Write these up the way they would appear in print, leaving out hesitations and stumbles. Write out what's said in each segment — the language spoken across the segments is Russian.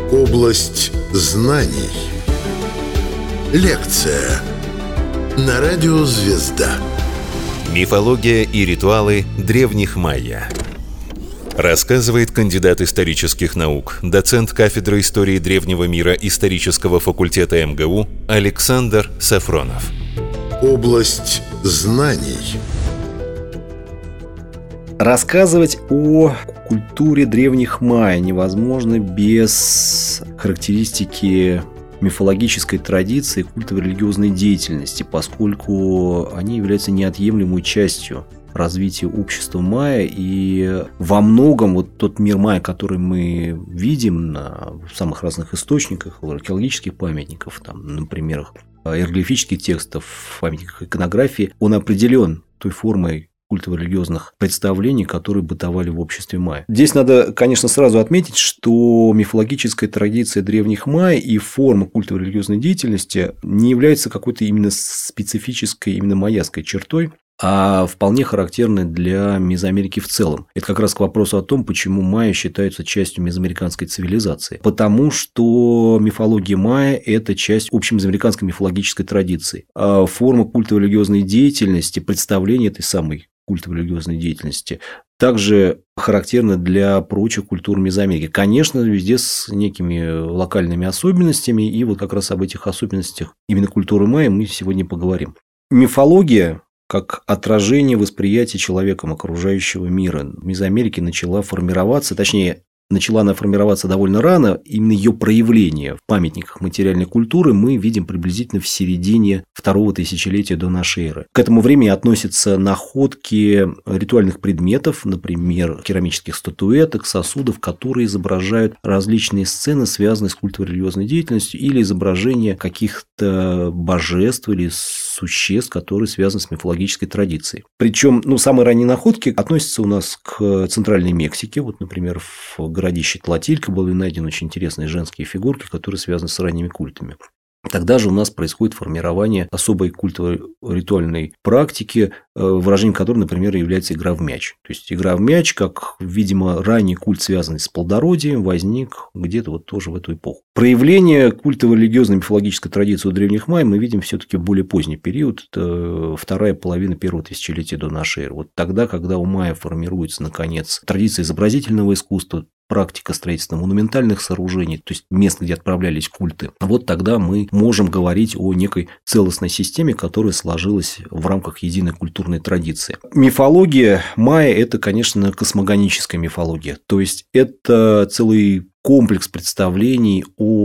Область знаний. Лекция на радио «Звезда». Мифология и ритуалы древних майя. Рассказывает кандидат исторических наук, доцент кафедры истории древнего мира исторического факультета МГУ Александр Сафронов. Область знаний. Рассказывать о культуре древних майя невозможно без характеристики мифологической традиции культово-религиозной деятельности, поскольку они являются неотъемлемой частью развития общества майя, и во многом вот тот мир майя, который мы видим в самых разных источниках, в археологических памятниках, на примерах иероглифических текстов, памятниках иконографии, он определен той формой культово-религиозных представлений, которые бытовали в обществе майя. Здесь надо, конечно, сразу отметить, что мифологическая традиция древних майя и форма культово-религиозной деятельности не является какой-то именно специфической, именно майяской чертой, а вполне характерны для Мезоамерики в целом. Это как раз к вопросу о том, почему майя считаются частью мезоамериканской цивилизации. Потому что мифология майя – это часть общей мезоамериканской мифологической традиции. А форма культово-религиозной деятельности, представление этой самой культово-религиозной деятельности также характерно для прочих культур Мезоамерики. Конечно, везде с некими локальными особенностями, и вот как раз об этих особенностях именно культуры майя мы сегодня поговорим. Мифология как отражение восприятия человеком окружающего мира в Мезоамерике начала формироваться, точнее, начала она формироваться довольно рано, именно ее проявление в памятниках материальной культуры мы видим приблизительно в середине второго тысячелетия до нашей эры. К этому времени относятся находки ритуальных предметов, например, керамических статуэток, сосудов, которые изображают различные сцены, связанные с культово-религиозной деятельностью, или изображение каких-то божеств или существ, которые связаны с мифологической традицией. Причем, самые ранние находки относятся у нас к Центральной Мексике. Вот, например, в городище Тлатилька были найдены очень интересные женские фигурки, которые связаны с ранними культами. Тогда же у нас происходит формирование особой культово-ритуальной практики, выражением которой, например, является игра в мяч. То есть игра в мяч, как, видимо, ранний культ, связанный с плодородием, возник где-то вот тоже в эту эпоху. Проявление культово-религиозной мифологической традиции у древних майя мы видим все-таки в более поздний период, это вторая половина первого тысячелетия до нашей эры. Вот тогда, когда у майя формируется, наконец, традиция изобразительного искусства, практика строительства монументальных сооружений, то есть мест, где отправлялись культы, вот тогда мы можем говорить о некой целостной системе, которая сложилась в рамках единой культурной традиции. Мифология майя – это, конечно, космогоническая мифология, то есть это целый комплекс представлений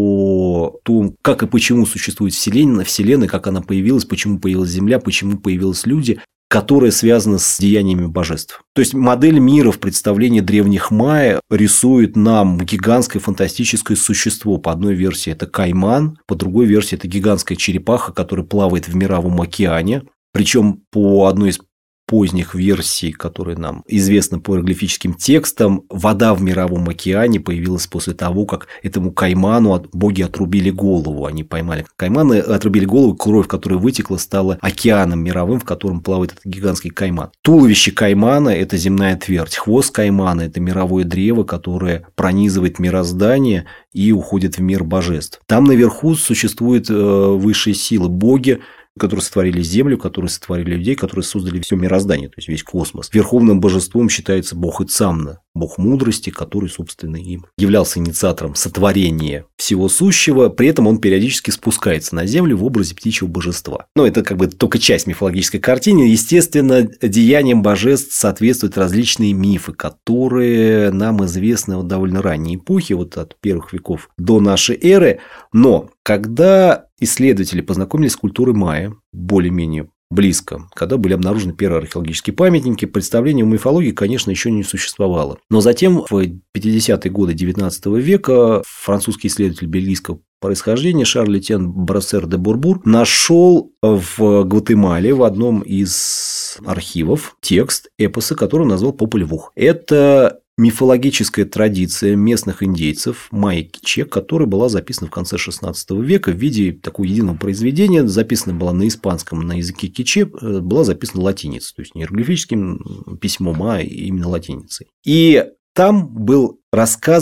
о том, как и почему существует Вселенная, как она появилась, почему появилась Земля, почему появились люди, которая связана с деяниями божеств. То есть модель мира в представлении древних майя рисует нам гигантское фантастическое существо. По одной версии это кайман, по другой версии это гигантская черепаха, которая плавает в мировом океане. Причем по одной из поздних версий, которые нам известны по иероглифическим текстам, вода в мировом океане появилась после того, как этому кайману боги отрубили голову. Они поймали каймана, отрубили голову, кровь, которая вытекла, стала океаном мировым, в котором плавает этот гигантский кайман. Туловище каймана – это земная твердь, хвост каймана – это мировое древо, которое пронизывает мироздание и уходит в мир божеств. Там наверху существуют высшие силы, боги, которые сотворили Землю, которые сотворили людей, которые создали все мироздание, то есть весь космос. Верховным божеством считается бог Ицамна, бог мудрости, который, собственно, им являлся инициатором сотворения всего сущего. При этом он периодически спускается на Землю в образе птичьего божества. Но это как бы только часть мифологической картины. Естественно, деяниям божеств соответствуют различные мифы, которые нам известны от довольно ранней эпохи, вот от первых веков до нашей эры. Но когда исследователи познакомились с культурой майя более-менее близко, когда были обнаружены первые археологические памятники, представления о мифологии, конечно, еще не существовало. Но затем, в 50-е годы XIX века, французский исследователь бельгийского происхождения Шарль-Этьен Брассер де Бурбур нашел в Гватемале в одном из архивов текст эпоса, который он назвал «Популь Вух». Это мифологическая традиция местных индейцев майя-киче, которая была записана в конце XVI века в виде такого единого произведения. Записана была на испанском, на языке киче, была записана латиницей, то есть не иероглифическим письмом, а именно латиницей. И там был рассказан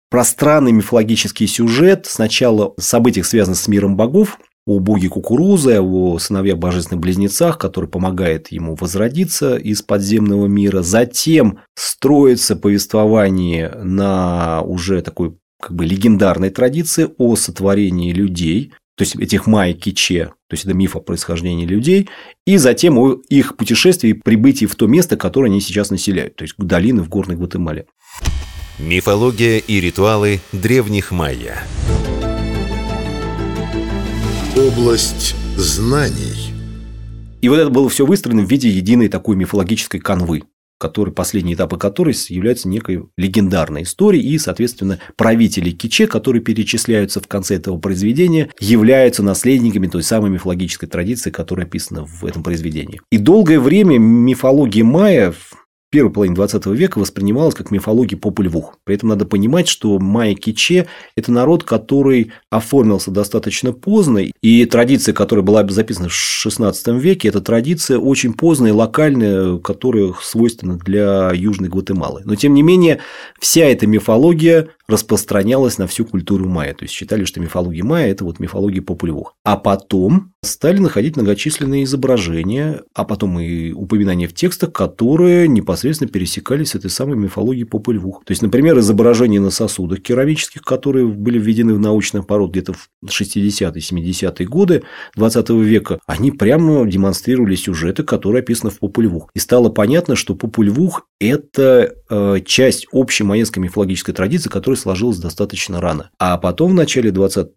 пространный мифологический сюжет. Сначала события, связанных с миром богов, о боге Кукурузы, о сыновьях божественных близнецах, который помогает ему возродиться из подземного мира. Затем строится повествование на уже такой как бы легендарной традиции о сотворении людей, то есть этих майя-киче, то есть это миф о происхождении людей, и затем о их путешествии и прибытии в то место, которое они сейчас населяют, то есть долины в горной Гватемале. Мифология и ритуалы древних майя. Область знаний. И вот это было все выстроено в виде единой такой мифологической канвы, последние этапы которой являются некой легендарной историей, и, соответственно, правители киче, которые перечисляются в конце этого произведения, являются наследниками той самой мифологической традиции, которая описана в этом произведении. И долгое время мифология майя в первой половине 20 века воспринималась как мифология Попу-Львух. При этом надо понимать, что майя-киче – это народ, который оформился достаточно поздно, и традиция, которая была записана в XVI веке, это традиция очень поздняя, локальная, которая свойственна для Южной Гватемалы. Но, тем не менее, вся эта мифология распространялась на всю культуру майя. То есть считали, что мифология майя – это вот мифология Попу-Львух. А потом стали находить многочисленные изображения, а потом и упоминания в текстах, которые непосредственно пересекались с этой самой мифологией Попу-Львух. То есть, например, изображения на сосудах керамических, которые были введены в научный оборот где-то в 60-е, 70-е годы 20 века, они прямо демонстрировали сюжеты, которые описаны в Попу-Львух. И стало понятно, что Попу-Львух – это часть общей майянской мифологической традиции, которая сложилась достаточно рано. А потом в начале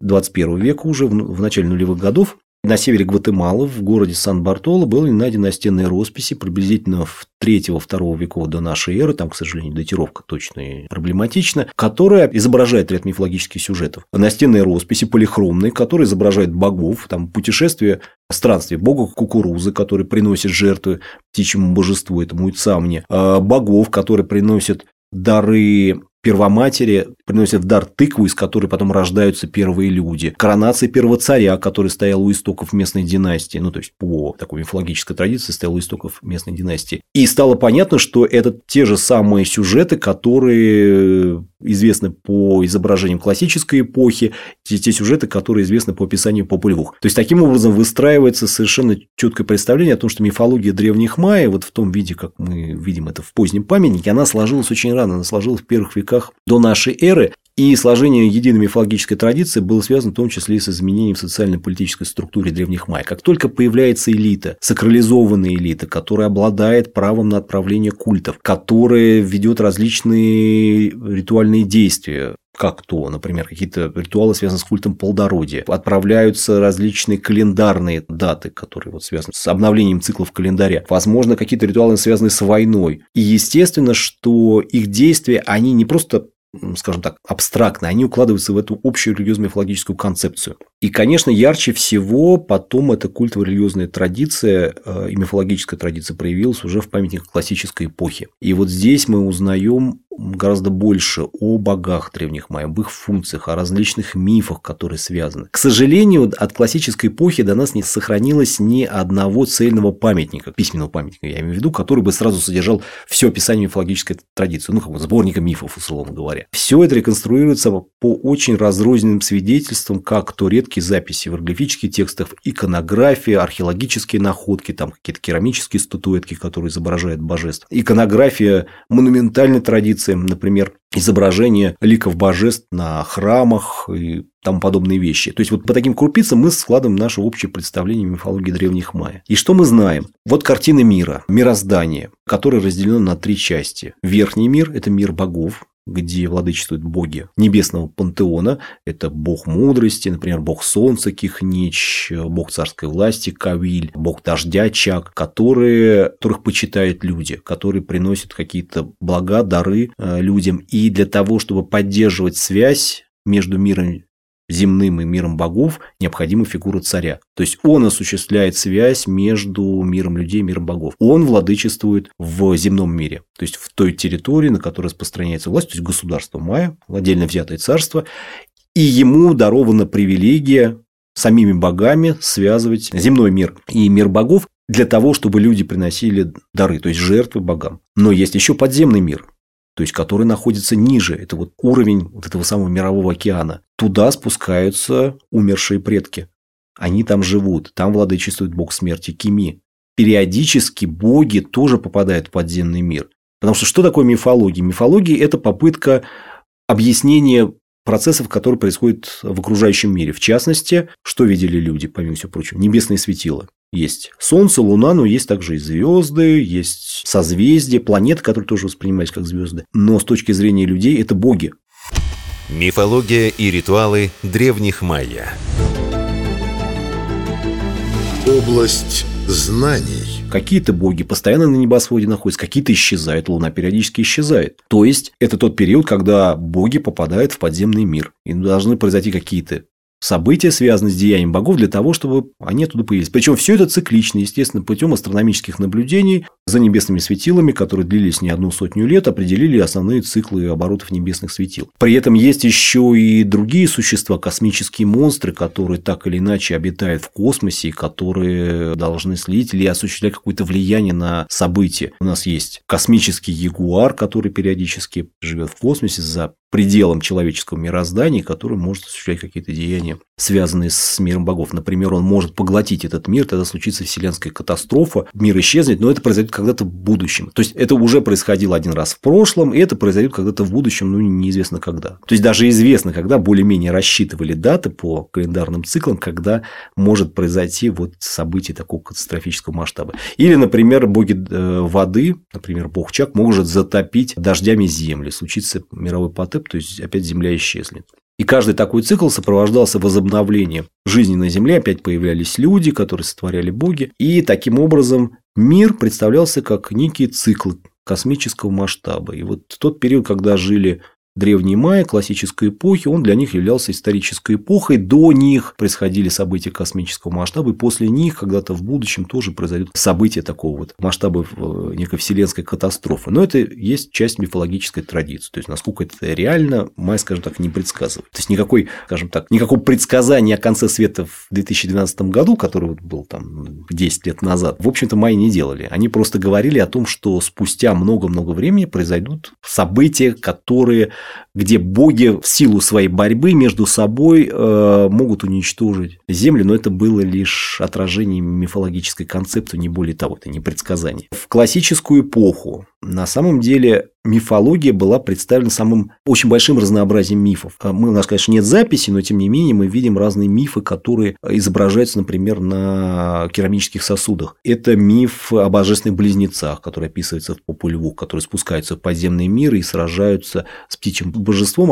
21 века, уже в начале нулевых годов, на севере Гватемалы, в городе Сан-Бартоло, были найдены настенные росписи приблизительно в 3-2 веков до нашей эры, там, к сожалению, датировка точно и проблематична, которая изображает ряд мифологических сюжетов. Настенные росписи полихромные, которые изображают богов, там, путешествие, странствие бога Кукурузы, который приносит жертвы птичьему божеству, этому Уйцамне, богов, которые приносят дары Первоматери, приносят в дар тыкву, из которой потом рождаются первые люди. Коронация первого царя, который стоял у истоков местной династии, ну, то есть по такой мифологической традиции стоял у истоков местной династии. И стало понятно, что это те же самые сюжеты, которые известны по изображениям классической эпохи, те сюжеты, которые известны по описанию Попу-Львух. То есть, таким образом выстраивается совершенно четкое представление о том, что мифология древних майя, вот в том виде, как мы видим это в позднем памятнике, она сложилась очень рано, она сложилась в первых веках до нашей эры, и сложение единой мифологической традиции было связано в том числе и с изменением в социально-политической структуре древних майя. Как только появляется элита, сакрализованная элита, которая обладает правом на отправление культов, которая ведет различные ритуальные действия, как то, например, какие-то ритуалы, связанные с культом плодородия. Отправляются различные календарные даты, которые вот связаны с обновлением циклов календаря. Возможно, какие-то ритуалы, связанные с войной. И естественно, что их действия, они не просто, скажем так, абстрактно, они укладываются в эту общую религиозно-мифологическую концепцию. И, конечно, ярче всего потом эта культово-религиозная традиция и мифологическая традиция проявилась уже в памятниках классической эпохи. И вот здесь мы узнаем гораздо больше о богах древних майя, об их функциях, о различных мифах, которые связаны. К сожалению, от классической эпохи до нас не сохранилось ни одного цельного памятника, письменного памятника, я имею в виду, который бы сразу содержал все описание мифологической традиции, ну, как бы сборника мифов, условно говоря. Все это реконструируется по очень разрозненным свидетельствам, как то редкие записи в иероглифических текстах, иконография, археологические находки, там какие-то керамические статуэтки, которые изображают божеств, иконография монументальной традиции, например, изображение ликов божеств на храмах и тому подобные вещи. То есть, вот по таким крупицам мы складываем наше общее представление мифологии древних майя. И что мы знаем? Вот картина мира, мироздание, которое разделено на 3 части. Верхний мир – это мир богов, где владычествуют боги небесного пантеона. Это бог мудрости, например, бог солнца Кихнич, бог царской власти Кавиль, бог дождя Чак, которых почитают люди, которые приносят какие-то блага, дары людям. И для того, чтобы поддерживать связь между миром земным и миром богов, необходима фигура царя. То есть, он осуществляет связь между миром людей и миром богов. Он владычествует в земном мире, то есть, в той территории, на которой распространяется власть, то есть, государство майя, отдельно взятое царство, и ему дарована привилегия самими богами связывать земной мир и мир богов для того, чтобы люди приносили дары, то есть, жертвы богам. Но есть еще подземный мир. то есть который находится ниже, это вот уровень вот этого самого мирового океана. Туда спускаются умершие предки. Они там живут, там владычествует бог смерти Кими. Периодически боги тоже попадают в подземный мир. Потому что такое мифология? Мифология – это попытка объяснения процессов, которые происходят в окружающем мире. В частности, что видели люди, помимо всего прочего? Небесные светила. Есть Солнце, Луна, но есть также и звезды, есть созвездия, планеты, которые тоже воспринимались как звезды. Но с точки зрения людей это боги. Мифология и ритуалы древних майя. Область знаний. Какие-то боги постоянно на небосводе находятся, какие-то исчезают, Луна периодически исчезает. То есть, это тот период, когда боги попадают в подземный мир. И должны произойти какие-то события, связанные с деянием богов, для того, чтобы они оттуда появились. Причем все это циклично, естественно, путем астрономических наблюдений за небесными светилами, которые длились не 100 лет, определили основные циклы оборотов небесных светил. При этом есть еще и другие существа, космические монстры, которые так или иначе обитают в космосе, и которые должны следить или осуществлять какое-то влияние на события. У нас есть космический ягуар, который периодически живет в космосе за пределом человеческого мироздания, который может осуществлять какие-то деяния, связанные с миром богов. Например, он может поглотить этот мир, тогда случится вселенская катастрофа, мир исчезнет, но это произойдет когда-то в будущем. То есть, это уже происходило один раз в прошлом, и это произойдет когда-то в будущем, ну, неизвестно когда. То есть, даже известно, когда более-менее рассчитывали даты по календарным циклам, когда может произойти вот событие такого катастрофического масштаба. Или, например, боги воды, например, бог Чак, может затопить дождями земли, случится мировой потоп, то есть, опять земля исчезнет. И каждый такой цикл сопровождался возобновлением жизни на Земле, опять появлялись люди, которые сотворяли боги, и таким образом мир представлялся как некий цикл космического масштаба. И вот тот период, когда жили древние майя, классической эпохи, он для них являлся исторической эпохой. До них происходили события космического масштаба, и после них когда-то в будущем тоже произойдут события такого вот масштаба некой вселенской катастрофы. Но это есть часть мифологической традиции. То есть, насколько это реально, майя, скажем так, не предсказывает. То есть, никакого предсказания о конце света в 2012 году, который вот был там 10 лет назад, в общем-то, майя не делали. Они просто говорили о том, что спустя много-много времени произойдут события, где боги в силу своей борьбы между собой могут уничтожить Землю, но это было лишь отражение мифологической концепции, не более того, это не предсказание. В классическую эпоху на самом деле мифология была представлена самым очень большим разнообразием мифов. У нас, конечно, нет записи, но тем не менее мы видим разные мифы, которые изображаются, например, на керамических сосудах. Это миф о божественных близнецах, который описывается в Попу-Льву, которые спускаются в подземный мир и сражаются с птичьим божеством,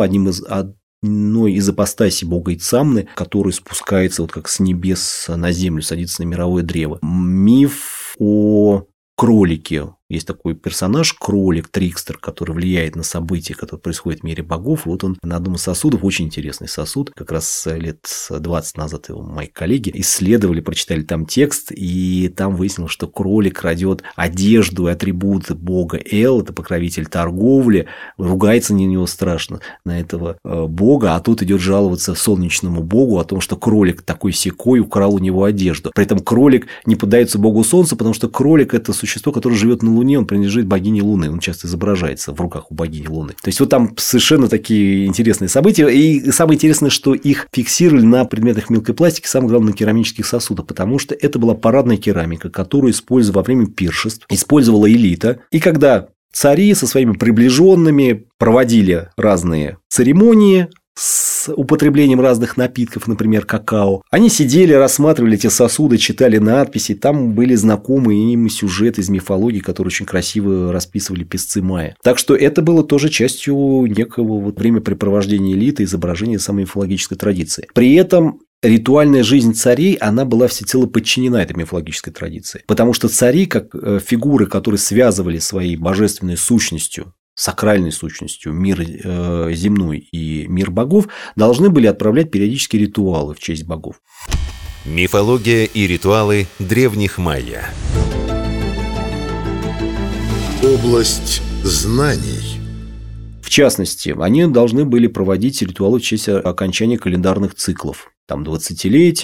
одной из апостасий бога Ицамны, который спускается вот как с небес на землю, садится на мировое древо. Миф о кролике. Есть такой персонаж, кролик, трикстер, который влияет на события, которые происходят в мире богов. Вот он на одном из сосудов, очень интересный сосуд, как раз лет 20 назад его мои коллеги исследовали, прочитали там текст, и там выяснилось, что кролик крадет одежду и атрибуты бога Эл, это покровитель торговли, ругается на него страшно, на этого бога, а тут идет жаловаться солнечному богу о том, что кролик такой-сякой украл у него одежду. При этом кролик не поддается богу солнца, потому что кролик – это существо, которое живет на Луне, он принадлежит богине Луны, он часто изображается в руках у богини Луны. То есть, вот там совершенно такие интересные события, и самое интересное, что их фиксировали на предметах мелкой пластики, самое главное, на керамических сосудах, потому что это была парадная керамика, которую использовали во время пиршеств, использовала элита, и когда цари со своими приближенными проводили разные церемонии с употреблением разных напитков, например, какао. Они сидели, рассматривали эти сосуды, читали надписи, там были знакомые им сюжеты из мифологии, которые очень красиво расписывали писцы майя. Так что это было тоже частью некого вот времяпрепровождения элиты, изображения самой мифологической традиции. При этом ритуальная жизнь царей, она была всецело подчинена этой мифологической традиции. Потому что цари, как фигуры, которые связывали своей божественной сущностью, сакральной сущностью мир земной и мир богов, должны были отправлять периодически ритуалы в честь богов. Мифология и ритуалы древних майя. Область знаний. В частности, они должны были проводить ритуалы в честь окончания календарных циклов. Там 20-летия,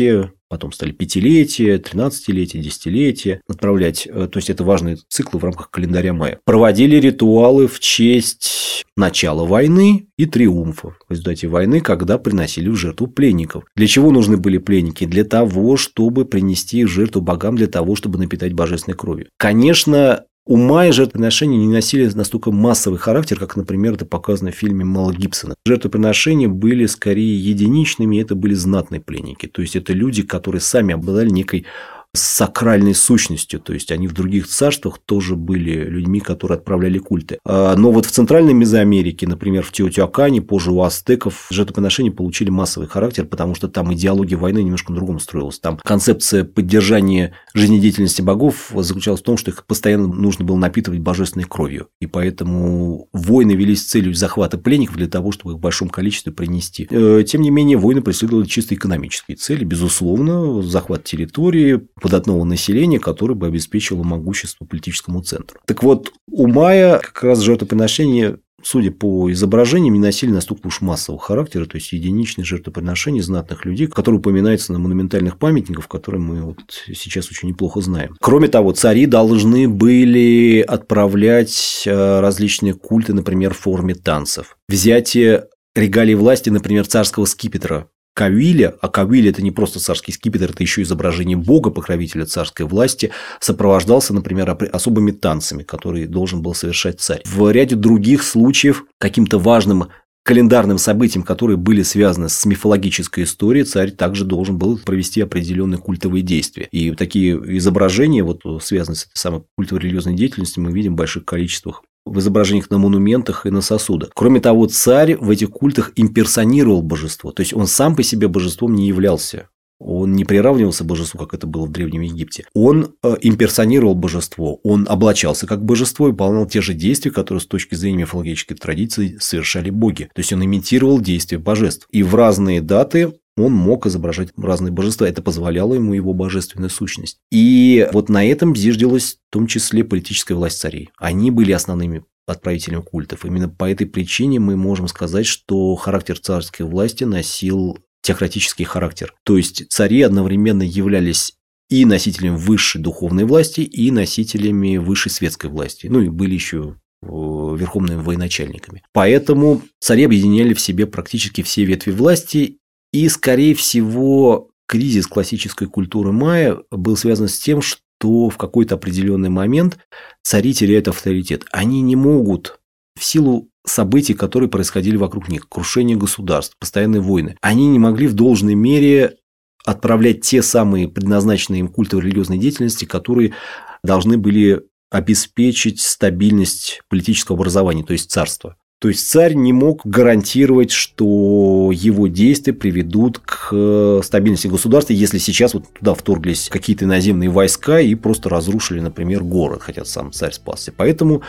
потом стали 5-летия, 13-летия, 10-летия отправлять. То есть, это важные циклы в рамках календаря майя. Проводили ритуалы в честь начала войны и триумфов в результате войны, когда приносили в жертву пленников. Для чего нужны были пленники? Для того, чтобы принести их в жертву богам, для того, чтобы напитать божественной кровью. Конечно, у майя жертвоприношения не носили настолько массовый характер, как, например, это показано в фильме Мела Гибсона. Жертвоприношения были скорее единичными, и это были знатные пленники. То есть, это люди, которые сами обладали некой сакральной сущностью, то есть они в других царствах тоже были людьми, которые отправляли культы. Но вот в Центральной Мезоамерике, например, в Теотиуакане, позже у ацтеков, жертвоприношения получили массовый характер, потому что там идеология войны немножко по-другому строилась. Там концепция поддержания жизнедеятельности богов заключалась в том, что их постоянно нужно было напитывать божественной кровью, и поэтому войны велись с целью захвата пленников для того, чтобы их в большом количестве принести. Тем не менее, войны преследовали чисто экономические цели, безусловно, захват территории, податного населения, которое бы обеспечило могущество политическому центру. Так вот, у майя как раз жертвоприношения, судя по изображениям, не носили настолько уж массового характера, то есть единичные жертвоприношения знатных людей, которые упоминаются на монументальных памятниках, которые мы вот сейчас очень неплохо знаем. Кроме того, цари должны были отправлять различные культы, например, в форме танцев. Взятие регалий власти, например, царского скипетра Кавиля, а Кавиль – это не просто царский скипетр, это еще изображение бога, покровителя царской власти, сопровождался, например, особыми танцами, которые должен был совершать царь. В ряде других случаев каким-то важным календарным событиям, которые были связаны с мифологической историей, царь также должен был провести определенные культовые действия. И такие изображения, вот, связанные с этой самой культово-религиозной деятельностью, мы видим в больших количествах в изображениях на монументах и на сосудах. Кроме того, царь в этих культах имперсонировал божество, то есть он сам по себе божеством не являлся. Он не приравнивался к божеству, как это было в Древнем Египте. Он имперсонировал божество, он облачался как божество и выполнял те же действия, которые с точки зрения мифологической традиции совершали боги. То есть он имитировал действия божеств. И в разные даты он мог изображать разные божества. Это позволяло ему его божественная сущность. И вот на этом зиждилась в том числе политическая власть царей. Они были основными отправителями культов. Именно по этой причине мы можем сказать, что характер царской власти носил теократический характер. То есть цари одновременно являлись и носителями высшей духовной власти, и носителями высшей светской власти. Ну и были еще верховными военачальниками. Поэтому цари объединяли в себе практически все ветви власти. И, скорее всего, кризис классической культуры майя был связан с тем, что в какой-то определенный момент цари теряют авторитет. Они не могут, в силу событий, которые происходили вокруг них, крушение государств, постоянные войны, они не могли в должной мере отправлять те самые предназначенные им культово-религиозной деятельности, которые должны были обеспечить стабильность политического образования, то есть царства. То есть царь не мог гарантировать, что его действия приведут к стабильности государства, если сейчас вот туда вторглись какие-то иноземные войска и просто разрушили, например, город, хотя сам царь спасся. Поэтому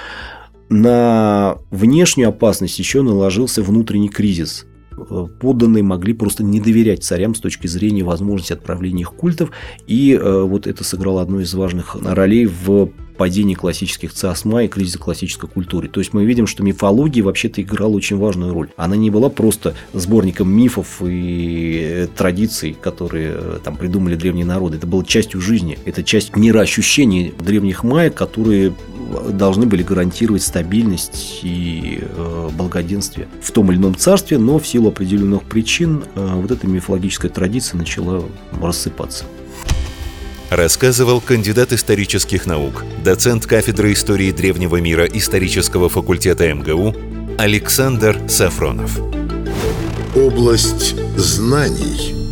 на внешнюю опасность еще наложился внутренний кризис. Подданные могли просто не доверять царям с точки зрения возможности отправления их культов, и вот это сыграло одну из важных ролей в падении классических царств майя и кризиса классической культуры. То есть мы видим, что мифология вообще-то играла очень важную роль. Она не была просто сборником мифов и традиций, которые там придумали древние народы. Это была частью жизни, это часть мироощущений древних майя, которые должны были гарантировать стабильность и благоденствие в том или ином царстве, но в силу определенных причин вот эта мифологическая традиция начала рассыпаться. Рассказывал кандидат исторических наук, доцент кафедры истории древнего мира исторического факультета МГУ Александр Сафронов. Область знаний.